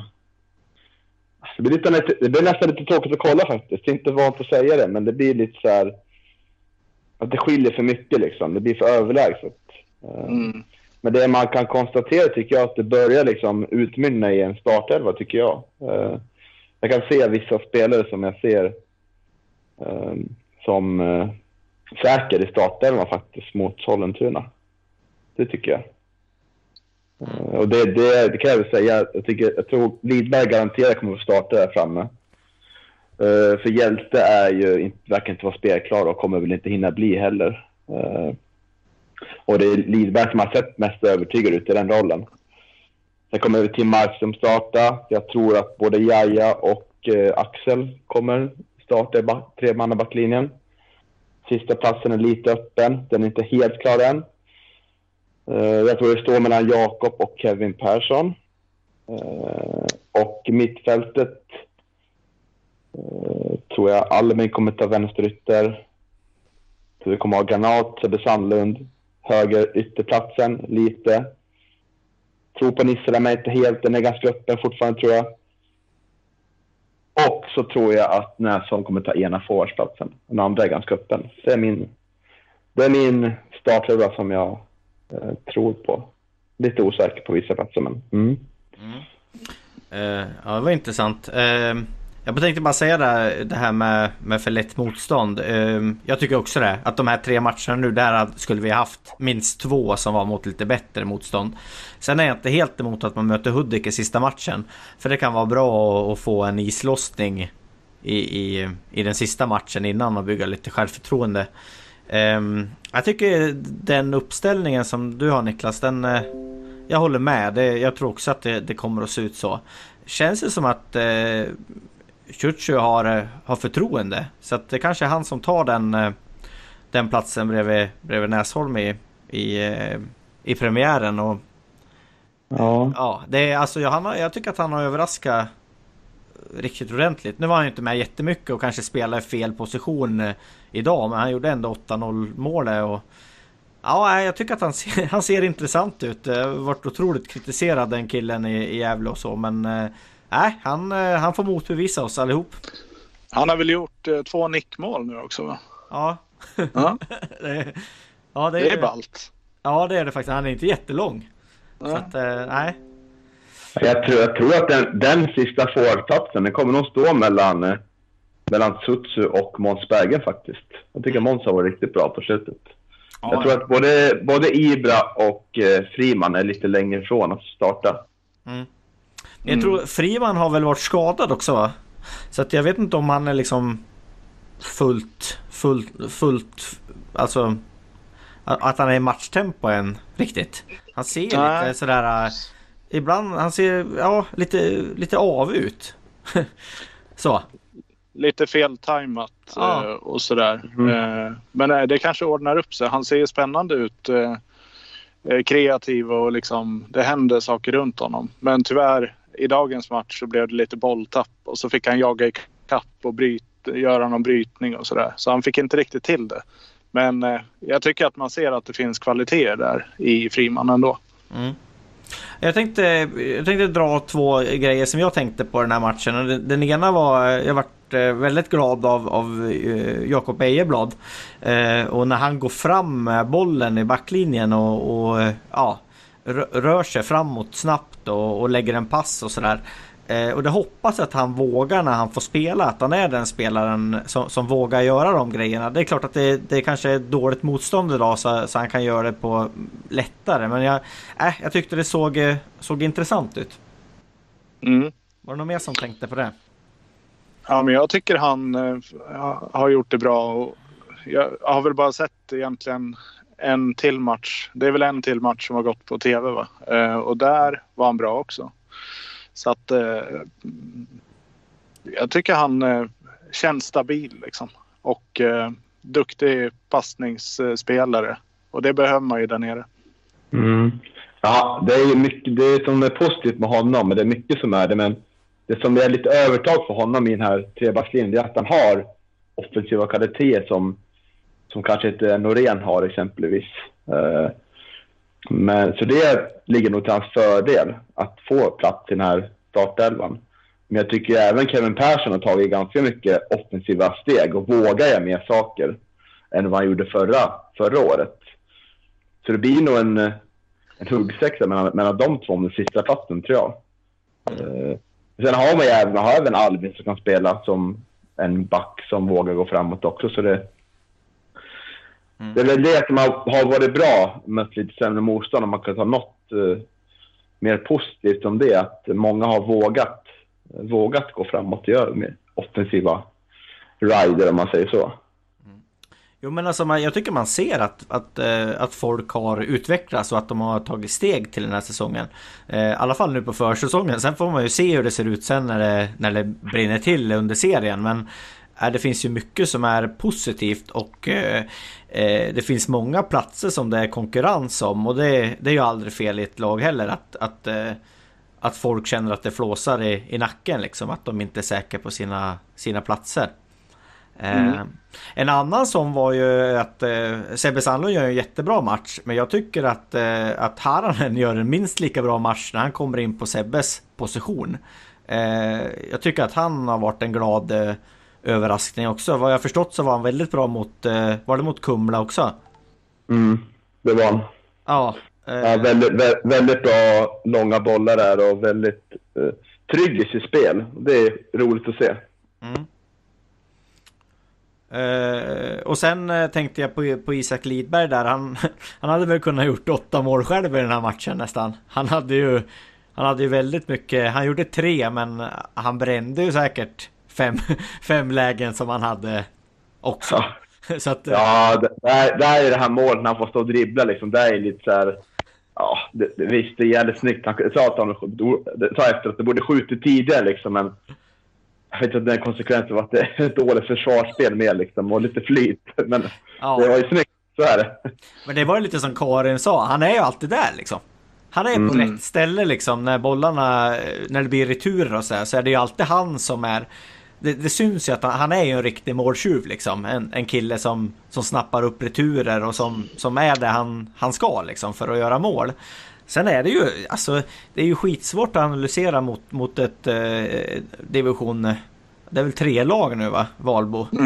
det blir, lite, det blir nästan lite tråkigt att kolla faktiskt. Det är inte vant att säga det, men det blir lite så här att det skiljer för mycket liksom. Det blir för överlägset. Uh, mm. Men det man kan konstatera tycker jag att det börjar liksom utmynna i en startelva tycker jag. Uh, jag kan se vissa spelare som jag ser uh, som uh, säker i startelvan faktiskt mot Sollentuna. Det tycker jag. Uh, och det, det, det kan jag väl säga. Jag, tycker, jag tror Lidberg garanterat kommer att starta där framme. Uh, för Hjälte är ju, verkar inte vara spelklar och kommer väl inte hinna bli heller. Uh, Och det är Lidberg som har sett mest övertygad ut i den rollen. Sen kommer vi till Markström starta. Jag tror att både Jaja och eh, Axel kommer starta i ba- tremannabacklinjen. Sista platsen är lite öppen. Den är inte helt klar än. Eh, jag tror det står mellan Jakob och Kevin Persson. Eh, och mittfältet eh, tror jag Almin kommer ta vänsterytter. Så vi kommer ha Granat, Sebbe Sandlund. Höger ytterplatsen lite. Tror på Nissela men inte helt. Den är ganska öppen fortfarande tror jag. Och så tror jag att Näsholm kommer ta ena forwardsplatsen. Den andra är ganska öppen. Det är min, det är min startelva som jag eh, tror på. Lite osäker på vissa platser men... Mm. Mm. Uh, ja, det var intressant. Uh... Jag tänkte bara säga det, det här med, med för lätt motstånd. Jag tycker också det. Att de här tre matcherna nu, där skulle vi haft minst två som var mot lite bättre motstånd. Sen är jag inte helt emot att man möter Hudik i sista matchen. För det kan vara bra att få en islossning i, i, i den sista matchen innan man bygger lite självförtroende. Jag tycker den uppställningen som du har Niklas, den, jag håller med. Det, jag tror också att det, det kommer att se ut så. Känns det som att... Chuchu har, har förtroende. Så att det kanske är han som tar den, den platsen bredvid, bredvid Näsholm i, i, i premiären. Och, ja. Ja, det är, alltså, jag, han har, jag tycker att han har överraskat riktigt ordentligt. Nu var han ju inte med jättemycket och kanske spelade i fel position idag. Men han gjorde ändå åtta noll målet. Och, ja, jag tycker att han ser, han ser intressant ut. Jag har varit otroligt kritiserad den killen i, i Gävle och så. Men... Nej, han, han får motbevisa oss allihop. Han har väl gjort eh, två nickmål nu också va? Ja. Ja. det, ja det, det är ballt. Ja, det är det faktiskt. Han är inte jättelång. Så att, eh, nej. Jag tror, jag tror att den, den sista forwardplatsen, den kommer nog stå mellan, eh, mellan Sutsu och Måns Bergen faktiskt. Jag tycker Måns har varit riktigt bra på slutet. Ja, jag tror att både, både Ibra och eh, Friman är lite längre ifrån att starta. Mm. Jag tror Friman har väl varit skadad också, va? Så att jag vet inte om han är liksom fullt, fullt, fullt, alltså att han är i matchtempo än riktigt. Han ser Nej. lite sådär, ibland han ser ja, lite, lite av ut. Så. Lite feltajmat ja. och sådär. Mm. Men det kanske ordnar upp sig. Han ser ju spännande ut, kreativ och liksom det händer saker runt honom. Men tyvärr i dagens match så blev det lite bolltapp och så fick han jaga i kapp och bryta, göra någon brytning och sådär. Så han fick inte riktigt till det. Men eh, jag tycker att man ser att det finns kvaliteter där i Friman ändå. Mm. Jag tänkte, jag tänkte dra två grejer som jag tänkte på den här matchen. Den, den ena var, jag varit väldigt glad av, av uh, Jakob Ejeblad. Uh, och när han går fram med bollen i backlinjen och, och uh, ja, rör sig framåt snabbt och, och lägger en pass och sådär. Eh, och det hoppas att han vågar när han får spela, att han är den spelaren som, som vågar göra de grejerna. Det är klart att det, det kanske är dåligt motstånd idag så, så han kan göra det på lättare. Men jag, äh, jag tyckte det såg, såg intressant ut. Mm. Var det någon mer som tänkte på det? Ja, men jag tycker han eh, har gjort det bra. Och jag har väl bara sett egentligen en till match. Det är väl en till match som har gått på tv, va? Eh, och där var han bra också. Så att eh, jag tycker han eh, känns stabil liksom. Och eh, duktig passningsspelare. Och det behöver man ju där nere. Mm. Ja, det är ju mycket det som är positivt med honom. Men det är mycket som är det. Men det som är lite övertag för honom i den här trebackslinjen är att han har offensiva kvaliteter som, som kanske inte Norén har exempelvis. Uh, Men, så det ligger nog till hans fördel att få plats i den här startelvan. Men jag tycker även Kevin Persson har tagit ganska mycket offensiva steg och vågar göra mer saker än vad han gjorde förra, förra året. Så det blir nog en, en huggsexa mellan, mellan de två om den sista platsen, tror jag. Mm. Sen har man ju även, har även Albin som kan spela som en back som vågar gå framåt också, så det Mm. Det är väl det som har varit bra med lite sämre motstånd, om man kan ta något uh, mer positivt om det, att många har vågat vågat gå framåt och göra med offensiva rider, om man säger så. Mm. Jo, men alltså man, jag tycker man ser att, att, uh, att folk har utvecklats och att de har tagit steg till den här säsongen. Uh, I alla fall nu på försäsongen. Sen får man ju se hur det ser ut sen när det, när det brinner till under serien, men det finns ju mycket som är positivt och eh, eh, det finns många platser som det är konkurrens om, och det, det är ju aldrig fel i ett lag heller att, att, eh, att folk känner att det flåsar i, i nacken liksom, att de inte är säkra på sina, sina platser. Eh, mm. En annan som var ju att eh, Sebbe Sandlund gör en jättebra match, men jag tycker att, eh, att Haranen gör en minst lika bra match när han kommer in på Sebbes position. Eh, jag tycker att han har varit en glad eh, överraskning också. Vad jag förstått så var han väldigt bra mot, eh, var det mot Kumla också? Mm, det var han. Ja. Eh, ja väldigt, vä- väldigt bra långa bollar där och väldigt eh, trygg i sitt spel. Det är roligt att se. Mm. Eh, och sen eh, tänkte jag på, på Isak Lidberg där. Han, han hade väl kunnat gjort åtta mål själv i den här matchen nästan. Han hade ju, han hade ju väldigt mycket. Han gjorde tre, men han brände ju säkert Fem, fem lägen som han hade också. Ja, så att, ja där, där är det här målet när han får stå och dribbla liksom. Det är lite så här, ja, det, det, visst det är jävligt snyggt. Han sa att han sa efter att det borde skjuta tidigare liksom, men jag vet inte att den konsekvensen var att det är ett dåligt försvarsspel med liksom, och lite flyt, men ja, det var ju snyggt, så är det. Men det var ju lite som Karin sa, han är ju alltid där liksom. Han är på mm. rätt ställe liksom, när bollarna, när det blir returer och så här, så är det ju alltid han som är. Det, det syns ju att han, han är ju en riktig måltjuv liksom. En, en kille som, som snappar upp returer och som, som är det han, han ska liksom för att göra mål. Sen är det ju, alltså, det är ju skitsvårt att analysera mot, mot ett eh, division, det är väl tre lag nu, va? Valbo. Mm.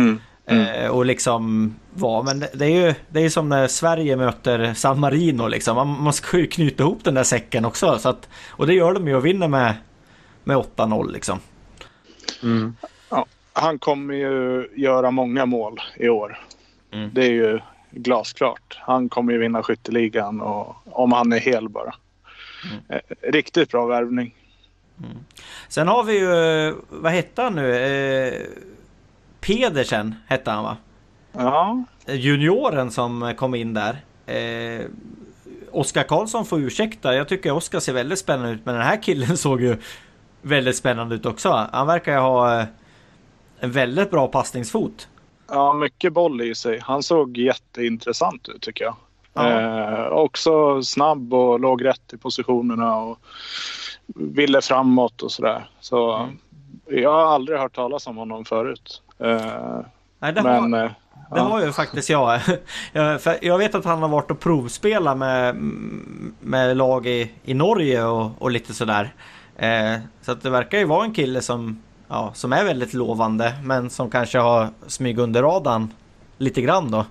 Mm. Eh, och liksom var, men det, det är ju det är som när Sverige möter San Marino liksom. Man, man ska ju knyta ihop den där säcken också så att, och det gör de ju och vinner med, med åtta noll liksom. Mm. Ja, han kommer ju göra många mål i år. Mm. Det är ju glasklart. Han kommer ju vinna skytteligan och, om han är hel bara. Mm. Eh, riktigt bra värvning. Mm. Sen har vi ju, vad heter han nu? Eh, Pedersen hette han, va? Ja. Junioren som kom in där. Eh, Oskar Karlsson får ursäkta. Jag tycker Oskar ser väldigt spännande ut. Men den här killen såg ju väldigt spännande ut också. Han verkar ju ha en väldigt bra passningsfot. Ja, mycket boll i sig. Han såg jätteintressant ut tycker jag. Ja. Eh, också snabb och låg rätt i positionerna och ville framåt och sådär. Så mm. jag har aldrig hört talas om honom förut. Eh, Nej, det men, har, eh, det ja. har ju faktiskt jag. jag. För jag vet att han har varit och provspela med, med lag i, i Norge och, och lite sådär. Eh, så att det verkar ju vara en kille som, ja, som är väldigt lovande men som kanske har smyg under radarn lite grann då.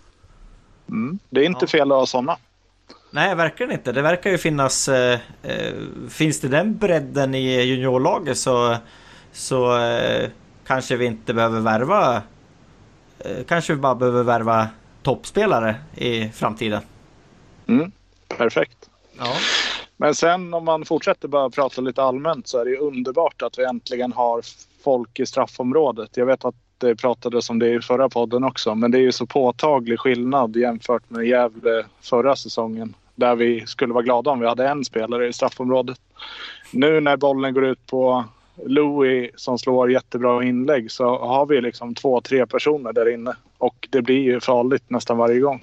Mm. Det är inte ja. fel att ha sådana. Nej, verkligen inte. Det verkar ju finnas eh, eh, finns det den bredden i juniorlaget så, så eh, kanske vi inte behöver värva eh, kanske vi bara behöver värva toppspelare i framtiden. Mm. Perfekt. Ja. Men sen om man fortsätter bara prata lite allmänt så är det ju underbart att vi äntligen har folk i straffområdet. Jag vet att det pratades om det i förra podden också, men det är ju så påtaglig skillnad jämfört med Gävle förra säsongen där vi skulle vara glada om vi hade en spelare i straffområdet. Nu när bollen går ut på Louis som slår jättebra inlägg så har vi liksom två, tre personer där inne och det blir ju farligt nästan varje gång.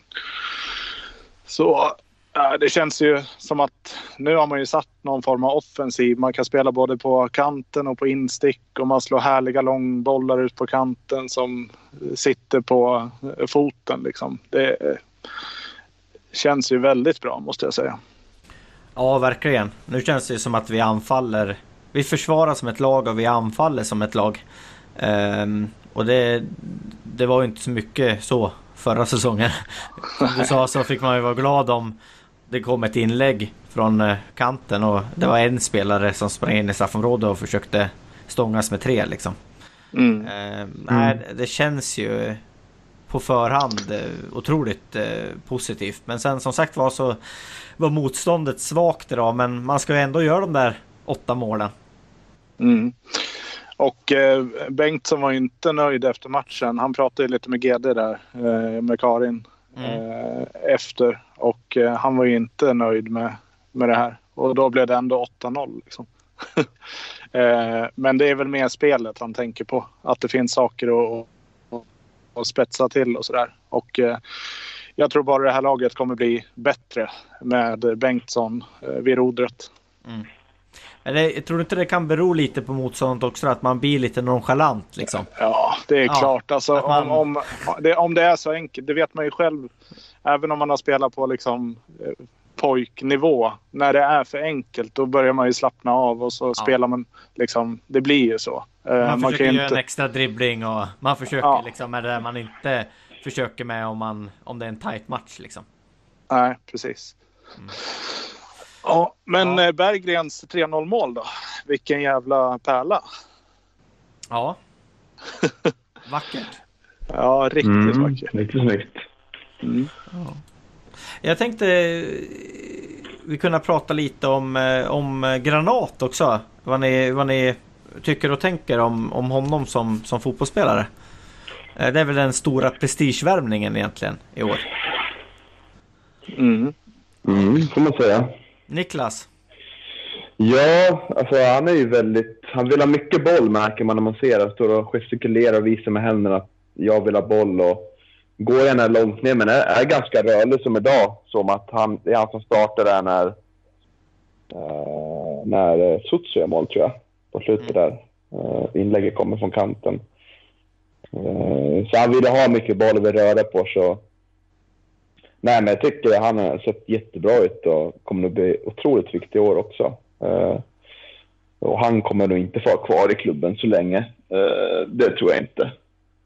Så ja, det känns ju som att nu har man ju satt någon form av offensiv. Man kan spela både på kanten och på instick och man slår härliga långbollar ut på kanten som sitter på foten liksom. Det känns ju väldigt bra måste jag säga. Ja, verkligen. Nu känns det som att vi anfaller. Vi försvarar som ett lag och vi anfaller som ett lag. Um, och det, det var ju inte så mycket så förra säsongen. Som du sa så fick man ju vara glad om det kom ett inlägg från kanten och det var en spelare som sprang in i straffområdet och försökte stångas med tre liksom. Mm. Uh, nej, det känns ju på förhand uh, otroligt uh, positivt. Men sen som sagt var så var motståndet svagt idag, men man ska ju ändå göra de där åtta målen. Mm. Och eh, Bengtsson var inte nöjd efter matchen. Han pratade lite med G D där, eh, med Karin mm. eh, efter. Och eh, han var ju inte nöjd med, med det här. Och då blev det ändå åtta noll liksom. eh, men det är väl mer spelet han tänker på. Att det finns saker att, att, att spetsa till och sådär. Och eh, jag tror bara det här laget kommer bli bättre med Bengtsson eh, vid rodret. Mm. Men det, jag tror inte det kan bero lite på motståndet också att man blir lite nonchalant liksom. Ja, det är ja, klart. Alltså, man... om, om, det, om det är så enkelt, det vet man ju själv. Även om man har spelat på liksom, eh, pojknivå. När det är för enkelt, då börjar man ju slappna av och så ja. spelar man liksom, det blir ju så. Man, man försöker kan göra inte... en extra dribbling och man försöker ja. liksom med det där man inte försöker med om, man, om det är en tight match liksom. Nej, precis. Mm. Ja, men ja. Berggrens tre noll mål då. Vilken jävla pärla. Ja. Vackert. Ja, riktigt mm, vackert. Riktigt snyggt. Mm. Ja. Jag tänkte vi kunna prata lite om, om Granat också. Vad ni, vad ni tycker och tänker om, om honom som, som fotbollsspelare. Det är väl den stora prestigevärvningen egentligen i år. Mm. Mm, får man säga. Niklas? Ja, alltså han är ju väldigt... Han vill ha mycket boll märker man när man ser. Han står och gestikulerar och visar med händerna att jag vill ha boll och går gärna långt ner. Men är, är ganska rörlig som idag. Som att han, det är han som startar där när... Uh, när Sutsu gör mål tror jag. På slutet där. Uh, inlägget kommer från kanten. Uh, så han vill ha mycket boll och vill röra på så... Nej, men jag tycker han har sett jättebra ut och kommer att bli otroligt viktig i år också. Uh, och han kommer nog inte få vara kvar i klubben så länge. Uh, det tror jag inte.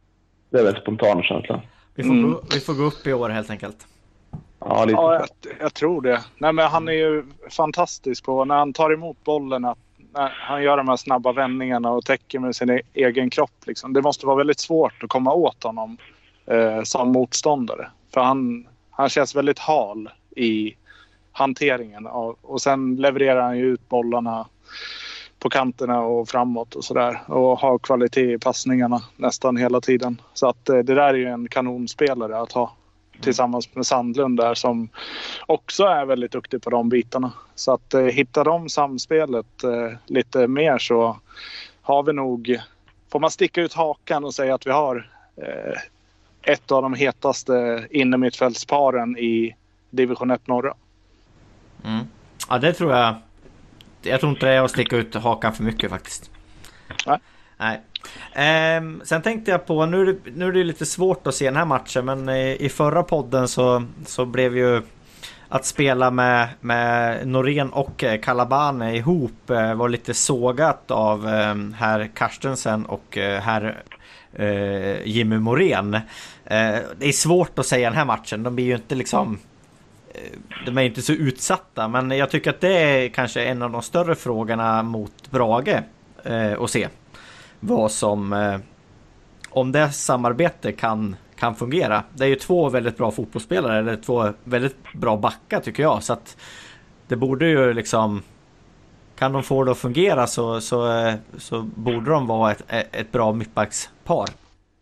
Det är väl spontan känsla. Vi får, mm. gå, vi får gå upp i år helt enkelt. Ja, lite. Ja, jag, jag tror det. Nej, men han är ju fantastisk på när han tar emot bollen, att när han gör de här snabba vändningarna och täcker med sin egen kropp. Liksom. Det måste vara väldigt svårt att komma åt honom eh, som motståndare. För han, han känns väldigt hal i hanteringen. Och, och sen levererar han ju ut bollarna på kanterna och framåt och sådär. Och har kvalitet i passningarna nästan hela tiden. Så att eh, det där är ju en kanonspelare att ha. Tillsammans med Sandlund där som också är väldigt duktig på de bitarna. Så att eh, hitta de samspelet eh, lite mer så har vi nog, får man sticka ut hakan och säga att vi har eh, ett av de hetaste innermittfältsparen i division ett norra. Mm. Ja, det tror jag. Jag tror inte det är att sticka ut hakan för mycket faktiskt. Nej. Nej. Ehm, sen tänkte jag på, nu är, det, nu är det lite svårt att se den här matchen, men i, i förra podden så, så blev ju att spela med, med Norén och Calabane ihop eh, var lite sågat av eh, herr Karstensen och eh, herr eh, Jimmy Morén. Eh, det är svårt att säga den här matchen, de blir ju inte liksom eh, de är inte så utsatta, men jag tycker att det är kanske en av de större frågorna mot Brage eh, att se. Vad som eh, om det samarbete kan, kan fungera. Det är ju två väldigt bra fotbollsspelare, eller två väldigt bra backar tycker jag, så att det borde ju liksom, kan de få det att fungera så, så, så borde de vara ett, ett bra mittbackspar.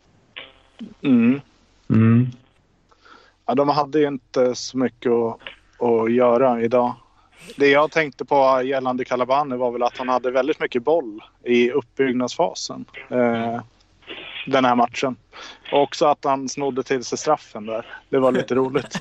Mm. Mm. Ja, de hade ju inte så mycket att, att göra idag. Det jag tänkte på gällande Calabane var väl att han hade väldigt mycket boll i uppbyggnadsfasen eh, den här matchen. Och också att han snodde till sig straffen där. Det var lite roligt.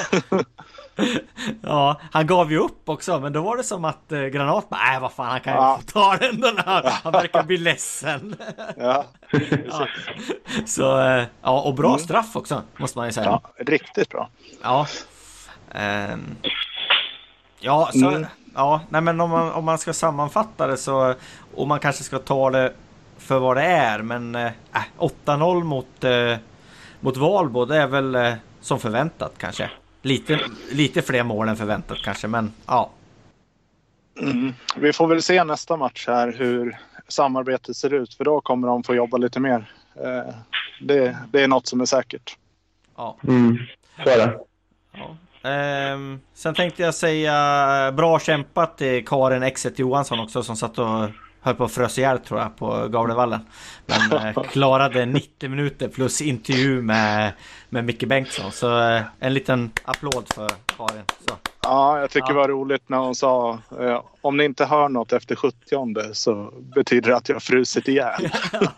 Ja, han gav ju upp också, men då var det som att eh, Granat bara, nej vad fan, han kan ju ja. ta den då. Han, han verkar bli ledsen. Ja. Ja. Så, eh, ja, och bra straff också, måste man ju säga. Ja, riktigt bra. Ja. Um. Ja, så, mm. ja nej, men om man, om man ska sammanfatta det så, och man kanske ska ta det för vad det är, men äh, åtta noll mot, äh, mot Valbo, det är väl äh, som förväntat kanske. Lite, lite fler mål än förväntat kanske, men ja. Mm. Vi får väl se nästa match här hur samarbetet ser ut, för då kommer de få jobba lite mer. Eh, det, det är något som är säkert. Ja. Mm. Så är det. Ja. Um, sen tänkte jag säga bra kämpat till Karin Exet Johansson också, som satt och höll på att frös ihjäl tror jag på Gavlevallen, men uh, klarade nittio minuter plus intervju med, med Micke Bengtsson, så uh, en liten applåd för Karin. Så. Ja, jag tycker ja. det var roligt när hon sa uh, om ni inte hör något efter sjuttionde så betyder det att jag har frusit ihjäl.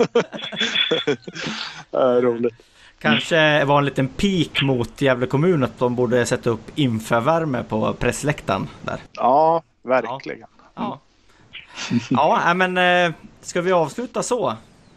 uh, roligt. Kanske var en liten pik mot Gävle kommun att de borde sätta upp infravärme på pressläktaren där. Ja, verkligen. Ja, ja. ja men ska vi avsluta så?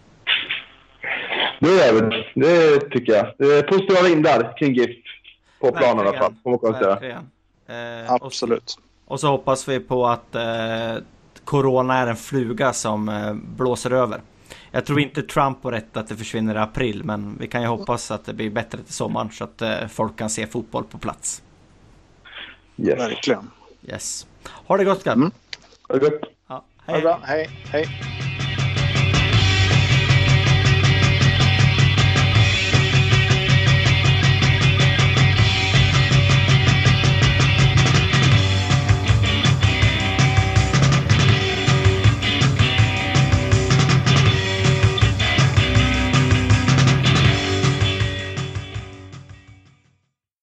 Det är det, det tycker jag. Det är positiva vindar kring GIF på planen i alla fall. Verkligen. Eh, Absolut. Och, och så hoppas vi på att eh, corona är en fluga som eh, blåser över. Jag tror inte Trump har rätt att det försvinner i april, men vi kan ju hoppas att det blir bättre till sommaren så att eh, folk kan se fotboll på plats. Yes. Verkligen. Yes. Ha det gott, Gab. Mm. Ha det gott. Ja, hej. Ha det bra. Hej. Hej.